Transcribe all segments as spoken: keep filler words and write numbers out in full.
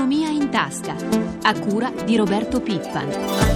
Economia in tasca, a cura di Roberto Pippan.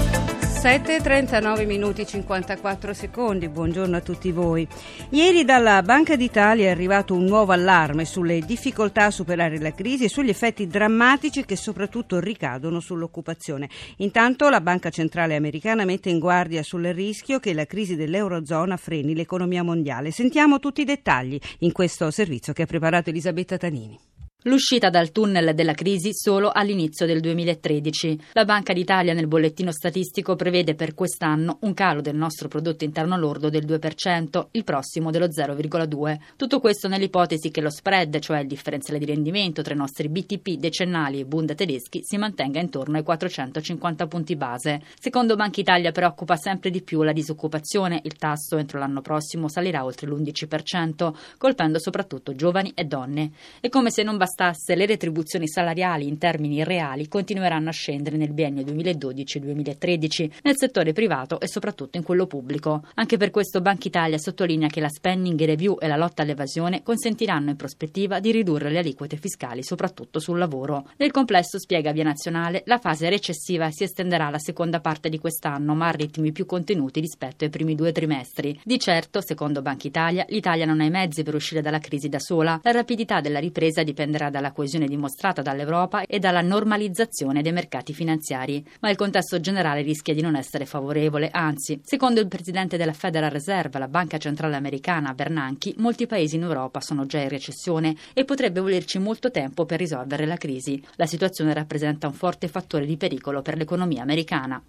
sette e trentanove minuti e cinquantaquattro secondi, buongiorno a tutti voi. Ieri dalla Banca d'Italia è arrivato un nuovo allarme sulle difficoltà a superare la crisi e sugli effetti drammatici che soprattutto ricadono sull'occupazione. Intanto la Banca Centrale Americana mette in guardia sul rischio che la crisi dell'Eurozona freni l'economia mondiale. Sentiamo tutti i dettagli in questo servizio che ha preparato Elisabetta Tanini. L'uscita dal tunnel della crisi solo all'inizio del duemilatredici. La Banca d'Italia nel bollettino statistico prevede per quest'anno un calo del nostro prodotto interno lordo del due per cento, il prossimo dello zero virgola due. Tutto questo nell'ipotesi che lo spread, cioè il differenziale di rendimento tra i nostri B T P decennali e Bund tedeschi, si mantenga intorno ai quattrocentocinquanta punti base. Secondo Banca Italia preoccupa sempre di più la disoccupazione. Il tasso entro l'anno prossimo salirà oltre l'undici per cento, colpendo soprattutto giovani e donne. E come se non bastasse, le retribuzioni salariali in termini reali continueranno a scendere nel biennio duemiladodici duemilatredici nel settore privato e soprattutto in quello pubblico. Anche per questo Banca Italia sottolinea che la spending review e la lotta all'evasione consentiranno in prospettiva di ridurre le aliquote fiscali soprattutto sul lavoro. Nel complesso, spiega Via Nazionale, la fase recessiva si estenderà alla seconda parte di quest'anno, ma a ritmi più contenuti rispetto ai primi due trimestri. Di certo, secondo Banca Italia, l'Italia non ha i mezzi per uscire dalla crisi da sola. La rapidità della ripresa dipenderà dalla coesione dimostrata dall'Europa e dalla normalizzazione dei mercati finanziari. Ma il contesto generale rischia di non essere favorevole, anzi, secondo il presidente della Federal Reserve, la Banca Centrale Americana, Bernanke, molti paesi in Europa sono già in recessione e potrebbe volerci molto tempo per risolvere la crisi. La situazione rappresenta un forte fattore di pericolo per l'economia americana.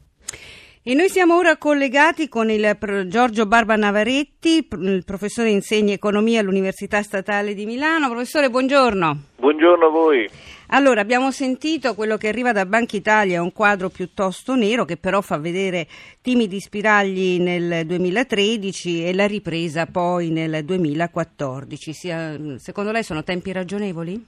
E noi siamo ora collegati con il Giorgio Barba Navaretti, il professore insegna economia all'Università Statale di Milano. Professore, buongiorno. Buongiorno a voi. Allora, abbiamo sentito quello che arriva da Banca Italia, è un quadro piuttosto nero che però fa vedere timidi spiragli nel duemilatredici e la ripresa poi nel duemilaquattordici. Sia, secondo lei sono tempi ragionevoli?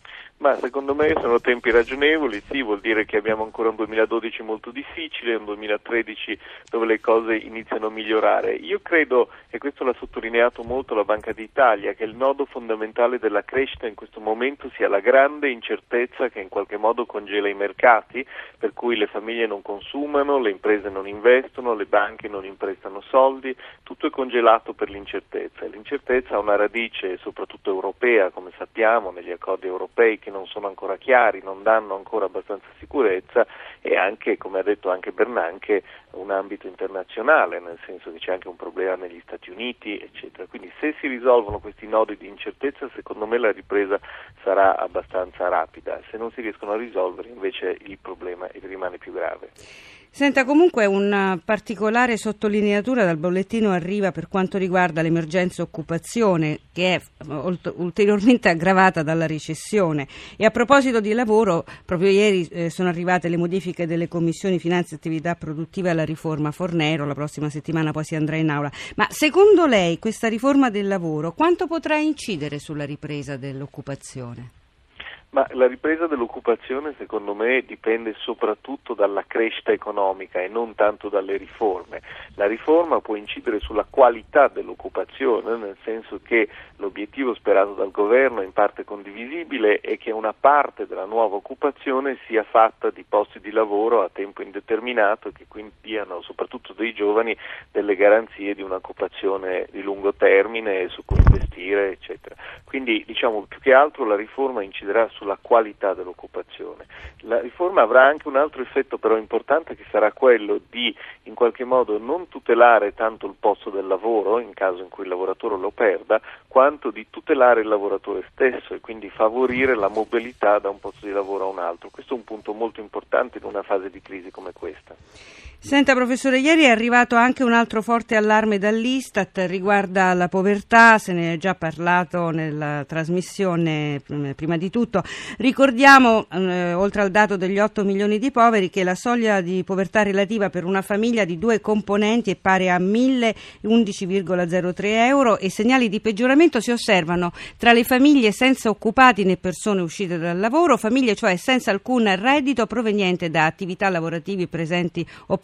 Ma secondo me sono tempi ragionevoli, sì, vuol dire che abbiamo ancora un duemiladodici molto difficile, un duemilatredici dove le cose iniziano a migliorare. Io credo, e questo l'ha sottolineato molto la Banca d'Italia, che il nodo fondamentale della crescita in questo momento sia la grande incertezza che in qualche modo congela i mercati, per cui le famiglie non consumano, le imprese non investono, le banche non imprestano soldi, tutto è congelato per l'incertezza. L'incertezza ha una radice soprattutto europea, come sappiamo, negli accordi europei che non sono ancora chiari, non danno ancora abbastanza sicurezza, e anche, come ha detto anche Bernanke, un ambito internazionale, nel senso che c'è anche un problema negli Stati Uniti, eccetera. Quindi se si risolvono questi nodi di incertezza, secondo me la ripresa sarà abbastanza rapida. Se non si riescono a risolvere, invece il problema rimane più grave. Senta, comunque una particolare sottolineatura dal bollettino arriva per quanto riguarda l'emergenza occupazione, che è ulteriormente aggravata dalla recessione. E a proposito di lavoro, proprio ieri eh, sono arrivate le modifiche delle commissioni finanze e attività produttive alla riforma Fornero, la prossima settimana poi si andrà in aula. Ma secondo lei questa riforma del lavoro quanto potrà incidere sulla ripresa dell'occupazione? Ma la ripresa dell'occupazione secondo me dipende soprattutto dalla crescita economica e non tanto dalle riforme. La riforma può incidere sulla qualità dell'occupazione, nel senso che l'obiettivo sperato dal governo, in parte condivisibile, è che una parte della nuova occupazione sia fatta di posti di lavoro a tempo indeterminato e che quindi diano soprattutto dei giovani delle garanzie di un'occupazione di lungo termine su cui investire, eccetera. Quindi diciamo più che altro la riforma inciderà su sulla qualità dell'occupazione. La riforma avrà anche un altro effetto però importante, che sarà quello di in qualche modo non tutelare tanto il posto del lavoro in caso in cui il lavoratore lo perda, quanto di tutelare il lavoratore stesso e quindi favorire la mobilità da un posto di lavoro a un altro. Questo è un punto molto importante in una fase di crisi come questa. Senta professore, ieri è arrivato anche un altro forte allarme dall'Istat, riguarda la povertà, se ne è già parlato nella trasmissione prima di tutto. Ricordiamo, eh, oltre al dato degli otto milioni di poveri, che la soglia di povertà relativa per una famiglia di due componenti è pari a mille undici virgola zero tre euro e segnali di peggioramento si osservano tra le famiglie senza occupati né persone uscite dal lavoro, famiglie cioè senza alcun reddito proveniente da attività lavorative presenti o presenti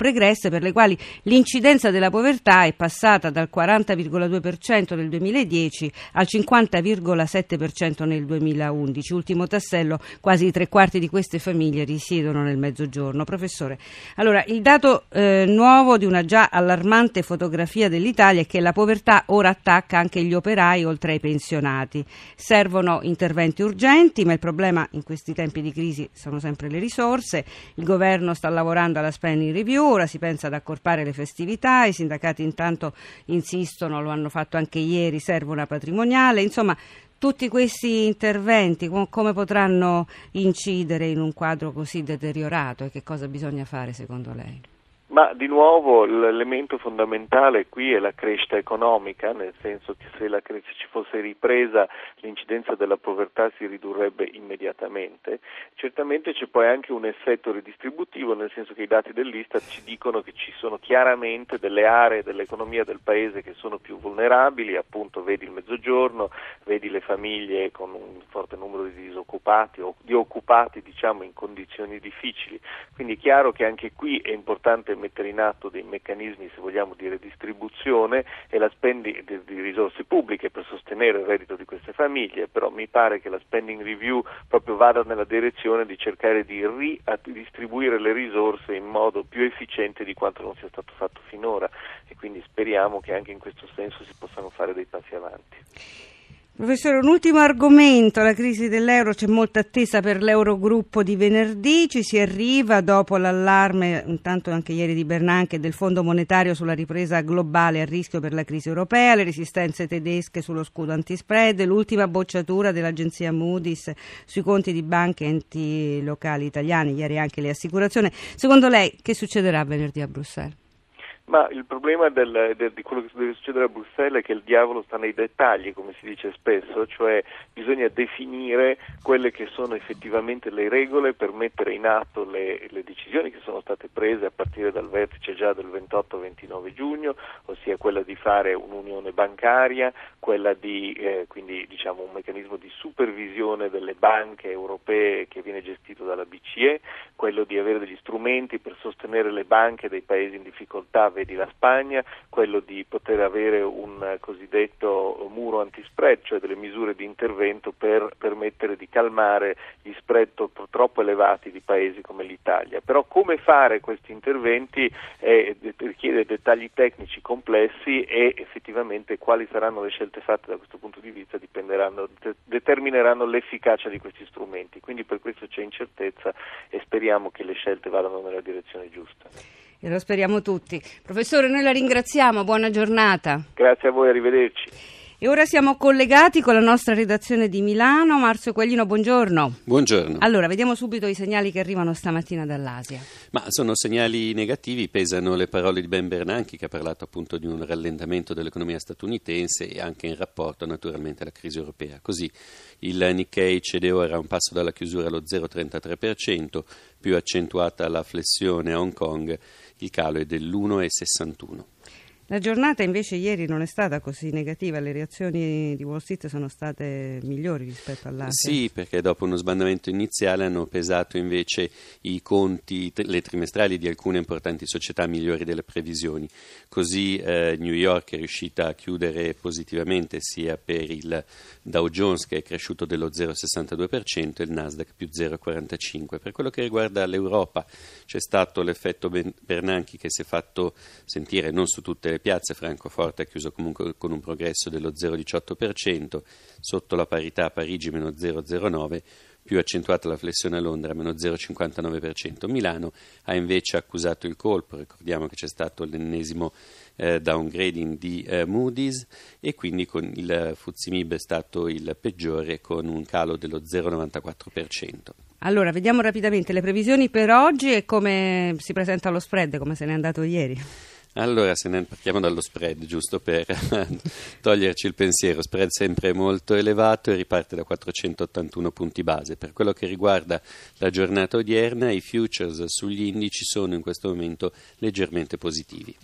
pregresse, per le quali l'incidenza della povertà è passata dal quaranta virgola due per cento nel duemiladieci al cinquanta virgola sette per cento nel duemilaundici. Ultimo tassello, quasi tre quarti di queste famiglie risiedono nel Mezzogiorno. Professore, allora il dato eh, nuovo di una già allarmante fotografia dell'Italia è che la povertà ora attacca anche gli operai oltre ai pensionati. Servono interventi urgenti, ma il problema in questi tempi di crisi sono sempre le risorse. Il governo sta lavorando alla spending review, ora si pensa ad accorpare le festività, i sindacati intanto insistono, lo hanno fatto anche ieri, serve una patrimoniale, insomma tutti questi interventi come potranno incidere in un quadro così deteriorato e che cosa bisogna fare secondo lei? Ma di nuovo l'elemento fondamentale qui è la crescita economica, nel senso che se, la, se ci fosse ripresa l'incidenza della povertà si ridurrebbe immediatamente. Certamente c'è poi anche un effetto ridistributivo, nel senso che i dati dell'Istat ci dicono che ci sono chiaramente delle aree dell'economia del paese che sono più vulnerabili, appunto vedi il Mezzogiorno, vedi le famiglie con un forte numero di disoccupati o di occupati diciamo in condizioni difficili. Quindi è chiaro che anche qui è importante mettere in atto dei meccanismi, se vogliamo, di redistribuzione e la spending di, di risorse pubbliche per sostenere il reddito di queste famiglie, però mi pare che la spending review proprio vada nella direzione di cercare di ridistribuire le risorse in modo più efficiente di quanto non sia stato fatto finora e quindi speriamo che anche in questo senso si possano fare dei passi avanti. Professore, un ultimo argomento, la crisi dell'euro, c'è molta attesa per l'Eurogruppo di venerdì, ci si arriva dopo l'allarme, intanto anche ieri di Bernanke, del Fondo Monetario sulla ripresa globale a rischio per la crisi europea, le resistenze tedesche sullo scudo antispread, l'ultima bocciatura dell'agenzia Moody's sui conti di banche e enti locali italiani, ieri anche le assicurazioni. Secondo lei che succederà venerdì a Bruxelles? Ma il problema del, del, di quello che deve succedere a Bruxelles è che il diavolo sta nei dettagli, come si dice spesso, cioè bisogna definire quelle che sono effettivamente le regole per mettere in atto le, le decisioni che sono state prese a partire dal vertice già del ventotto ventinove giugno, ossia quella di fare un'unione bancaria, quella di eh, quindi diciamo un meccanismo di supervisione delle banche europee che viene gestito dalla B C E, quello di avere degli strumenti per sostenere le banche dei paesi in difficoltà, vedi la Spagna, quello di poter avere un cosiddetto muro antispread, cioè delle misure di intervento per permettere di calmare gli spread troppo elevati di paesi come l'Italia. Però come fare questi interventi eh, richiede dettagli tecnici complessi e effettivamente quali saranno le scelte fatte da questo punto di vista dipenderanno, de- determineranno l'efficacia di questi strumenti. Quindi per questo c'è incertezza e speriamo che le scelte vadano nella direzione giusta. E lo speriamo tutti. Professore, noi la ringraziamo, buona giornata. Grazie a voi, arrivederci. E ora siamo collegati con la nostra redazione di Milano. Marzio Quaglino, buongiorno. Buongiorno. Allora, vediamo subito i segnali che arrivano stamattina dall'Asia. Ma sono segnali negativi, pesano le parole di Ben Bernanke, che ha parlato appunto di un rallentamento dell'economia statunitense e anche in rapporto naturalmente alla crisi europea. Così il Nikkei cede ora a un passo dalla chiusura allo zero virgola trentatré per cento, più accentuata la flessione a Hong Kong, il calo è dell'uno virgola sessantuno. La giornata invece ieri non è stata così negativa, le reazioni di Wall Street sono state migliori rispetto all'Asia. Sì, perché dopo uno sbandamento iniziale hanno pesato invece i conti, le trimestrali di alcune importanti società migliori delle previsioni. Così eh, New York è riuscita a chiudere positivamente sia per il Dow Jones, che è cresciuto dello zero virgola sessantadue per cento, e il Nasdaq più zero virgola quarantacinque per cento. Per quello che riguarda l'Europa c'è stato l'effetto Bernanke che si è fatto sentire non su tutte le piazze. Francoforte ha chiuso comunque con un progresso dello zero virgola diciotto per cento, sotto la parità a Parigi meno zero virgola zero nove per cento, più accentuata la flessione a Londra meno zero virgola cinquantanove per cento. Milano ha invece accusato il colpo, ricordiamo che c'è stato l'ennesimo eh, downgrading di eh, Moody's e quindi con il F T S E M I B è stato il peggiore con un calo dello zero virgola novantaquattro per cento. Allora, vediamo rapidamente le previsioni per oggi e come si presenta lo spread, come se n'è andato ieri. Allora, se ne partiamo dallo spread, giusto per toglierci il pensiero. Spread sempre molto elevato e riparte da quattrocentottantuno punti base. Per quello che riguarda la giornata odierna, i futures sugli indici sono in questo momento leggermente positivi.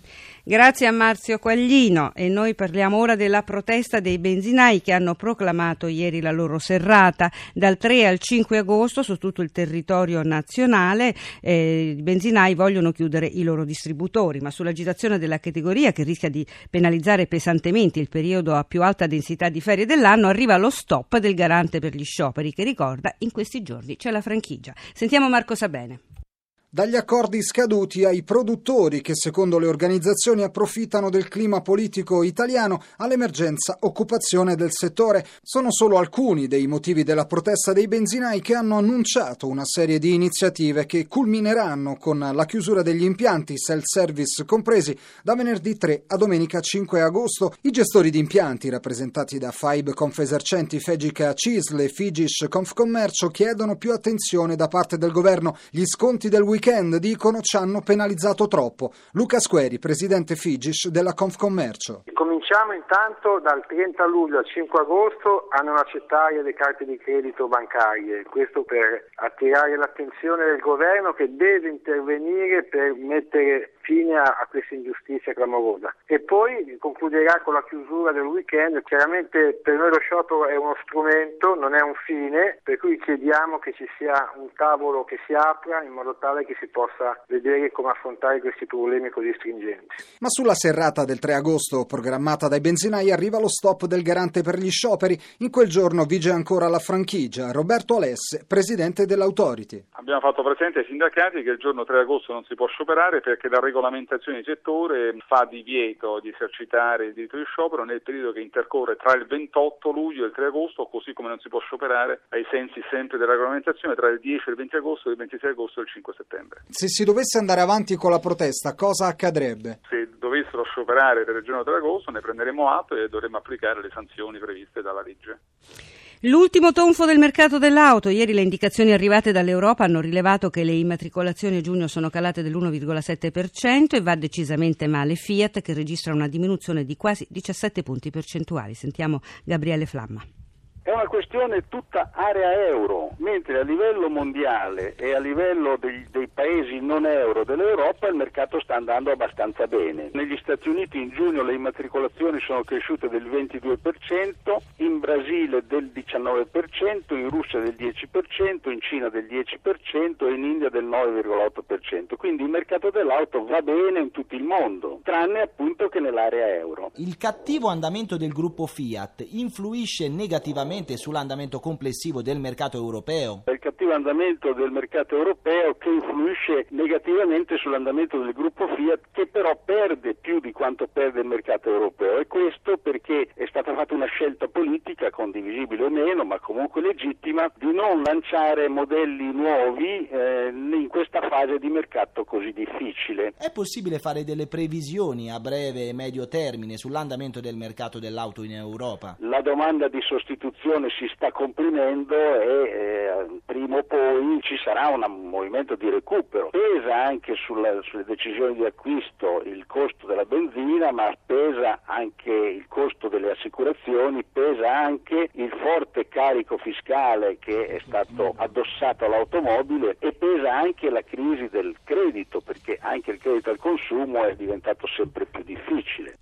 Grazie a Marzio Quaglino. E noi parliamo ora della protesta dei benzinai che hanno proclamato ieri la loro serrata. Dal tre al cinque agosto su tutto il territorio nazionale eh, i benzinai vogliono chiudere i loro distributori, ma sull'agitazione della categoria, che rischia di penalizzare pesantemente il periodo a più alta densità di ferie dell'anno, arriva lo stop del garante per gli scioperi, che ricorda in questi giorni c'è la franchigia. Sentiamo Marco Sabene. Dagli accordi scaduti ai produttori che secondo le organizzazioni approfittano del clima politico italiano all'emergenza occupazione del settore. Sono solo alcuni dei motivi della protesta dei benzinai, che hanno annunciato una serie di iniziative che culmineranno con la chiusura degli impianti self-service compresi da venerdì tre a domenica cinque agosto. I gestori di impianti, rappresentati da Faib Confesercenti, Fegica Cisle e Figish Confcommercio, chiedono più attenzione da parte del governo. Gli sconti del weekend, dicono, ci hanno penalizzato troppo. Luca Squeri, presidente Figish della Confcommercio. Cominciamo intanto dal trenta luglio al cinque agosto a non accettare le carte di credito bancarie, questo per attirare l'attenzione del governo, che deve intervenire per mettere fine a, a questa ingiustizia clamorosa. E poi concluderà con la chiusura del weekend. Chiaramente per noi lo sciopero è uno strumento, non è un fine, per cui chiediamo che ci sia un tavolo che si apra in modo tale che si possa vedere come affrontare questi problemi così stringenti. Ma sulla serrata del tre agosto programmata dai benzinai arriva lo stop del garante per gli scioperi. In quel giorno vige ancora la franchigia. Roberto Alesse, presidente dell'Authority. Abbiamo fatto presente ai sindacati che il giorno tre agosto non si può scioperare perché la regolamentazione di settore fa divieto di esercitare il diritto di sciopero nel periodo che intercorre tra il ventotto luglio e il tre agosto, così come non si può scioperare ai sensi sempre della regolamentazione tra il dieci e il venti agosto, il ventisei agosto e il cinque settembre. Se si dovesse andare avanti con la protesta, cosa accadrebbe? Se dovessero scioperare per il giorno tre agosto ne prenderemo atto e dovremo applicare le sanzioni previste dalla legge. L'ultimo tonfo del mercato dell'auto. Ieri le indicazioni arrivate dall'Europa hanno rilevato che le immatricolazioni a giugno sono calate dell'uno virgola sette per cento e va decisamente male Fiat, che registra una diminuzione di quasi diciassette punti percentuali. Sentiamo Gabriele Flamma. È una questione tutta area euro, mentre a livello mondiale e a livello dei, dei paesi non euro dell'Europa il mercato sta andando abbastanza bene. Negli Stati Uniti in giugno le immatricolazioni sono cresciute del ventidue per cento, in Brasile del diciannove per cento, in Russia del dieci per cento, in Cina del dieci per cento e in India del nove virgola otto per cento. Quindi il mercato dell'auto va bene in tutto il mondo, tranne appunto che nell'area euro. Il cattivo andamento del gruppo Fiat influisce negativamente sull'andamento complessivo del mercato europeo? Il cattivo andamento del mercato europeo che influisce negativamente sull'andamento del gruppo Fiat, che però perde più di quanto perde il mercato europeo, e questo perché è stata fatta una scelta politica, condivisibile o meno, ma comunque legittima, di non lanciare modelli nuovi eh, in questa fase di mercato così difficile. È possibile fare delle previsioni a breve e medio termine sull'andamento del mercato dell'auto in Europa? La domanda di sostituzione si sta comprimendo e eh, prima o poi ci sarà un movimento di recupero. Pesa anche sulla, sulle decisioni di acquisto il costo della benzina, ma pesa anche il costo delle assicurazioni, pesa anche il forte carico fiscale che è stato addossato all'automobile e pesa anche la crisi del credito, perché anche il credito al consumo è diventato sempre più difficile.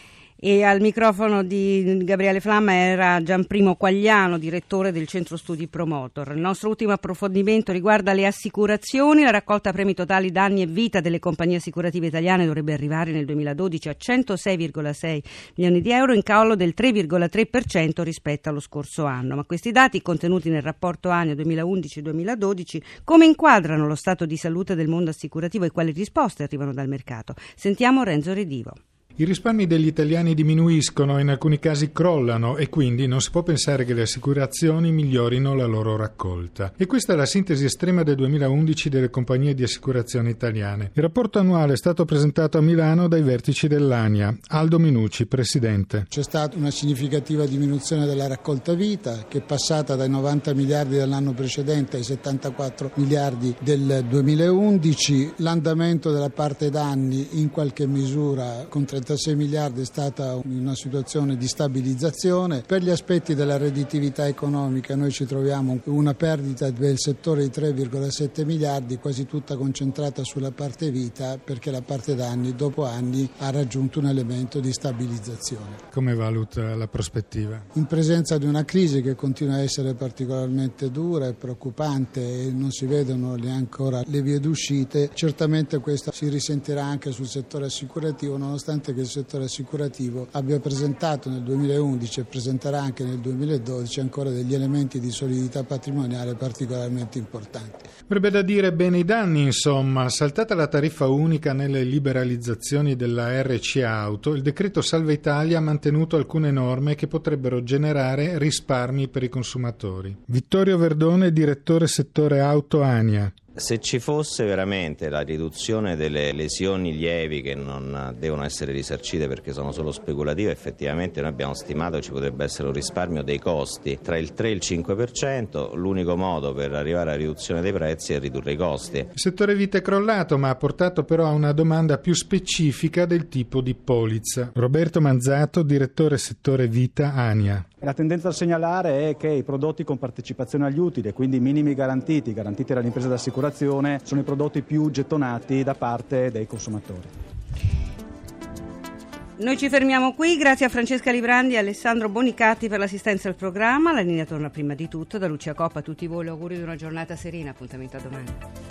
E al microfono di Gabriele Flamma era Gianprimo Quagliano, direttore del Centro Studi Promotor. Il nostro ultimo approfondimento riguarda le assicurazioni. La raccolta premi totali danni e vita delle compagnie assicurative italiane dovrebbe arrivare nel duemiladodici a centosei virgola sei milioni di euro, in calo del tre virgola tre per cento rispetto allo scorso anno. Ma questi dati, contenuti nel rapporto annuo duemilaundici duemiladodici, come inquadrano lo stato di salute del mondo assicurativo e quali risposte arrivano dal mercato? Sentiamo Renzo Redivo. I risparmi degli italiani diminuiscono, in alcuni casi crollano e quindi non si può pensare che le assicurazioni migliorino la loro raccolta. E questa è la sintesi estrema del duemilaundici delle compagnie di assicurazione italiane. Il rapporto annuale è stato presentato a Milano dai vertici dell'Ania. Aldo Minucci, presidente. C'è stata una significativa diminuzione della raccolta vita, che è passata dai novanta miliardi dell'anno precedente ai settantaquattro miliardi del duemilaundici. L'andamento della parte danni in qualche misura contraddistinto trentasei miliardi è stata una situazione di stabilizzazione. Per gli aspetti della redditività economica noi ci troviamo una perdita del settore di tre virgola sette miliardi, quasi tutta concentrata sulla parte vita, perché la parte danni dopo anni ha raggiunto un elemento di stabilizzazione. Come valuta la prospettiva? In presenza di una crisi che continua a essere particolarmente dura e preoccupante e non si vedono neanche ora le vie d'uscite, certamente questo si risentirà anche sul settore assicurativo, nonostante che il settore assicurativo abbia presentato nel duemilaundici e presenterà anche nel duemiladodici ancora degli elementi di solidità patrimoniale particolarmente importanti. Avrebbe da dire bene i danni, insomma. Saltata la tariffa unica nelle liberalizzazioni della erre ci Auto, il decreto Salva Italia ha mantenuto alcune norme che potrebbero generare risparmi per i consumatori. Vittorio Verdone, direttore settore auto ANIA. Se ci fosse veramente la riduzione delle lesioni lievi che non devono essere risarcite perché sono solo speculative, effettivamente noi abbiamo stimato che ci potrebbe essere un risparmio dei costi tra il tre e il cinque per cento. L'unico modo per arrivare alla riduzione dei prezzi è ridurre i costi. Il settore vita è crollato, ma ha portato però a una domanda più specifica del tipo di polizza. Roberto Manzato, direttore settore vita ANIA. La tendenza da segnalare è che i prodotti con partecipazione agli utili, quindi minimi garantiti, garantiti dalle imprese d'assicurazione, sono i prodotti più gettonati da parte dei consumatori. Noi ci fermiamo qui, grazie a Francesca Librandi e Alessandro Bonicatti per l'assistenza al programma. La linea torna prima di tutto da Lucia Coppa, a tutti voi auguri di una giornata serena, appuntamento a domani.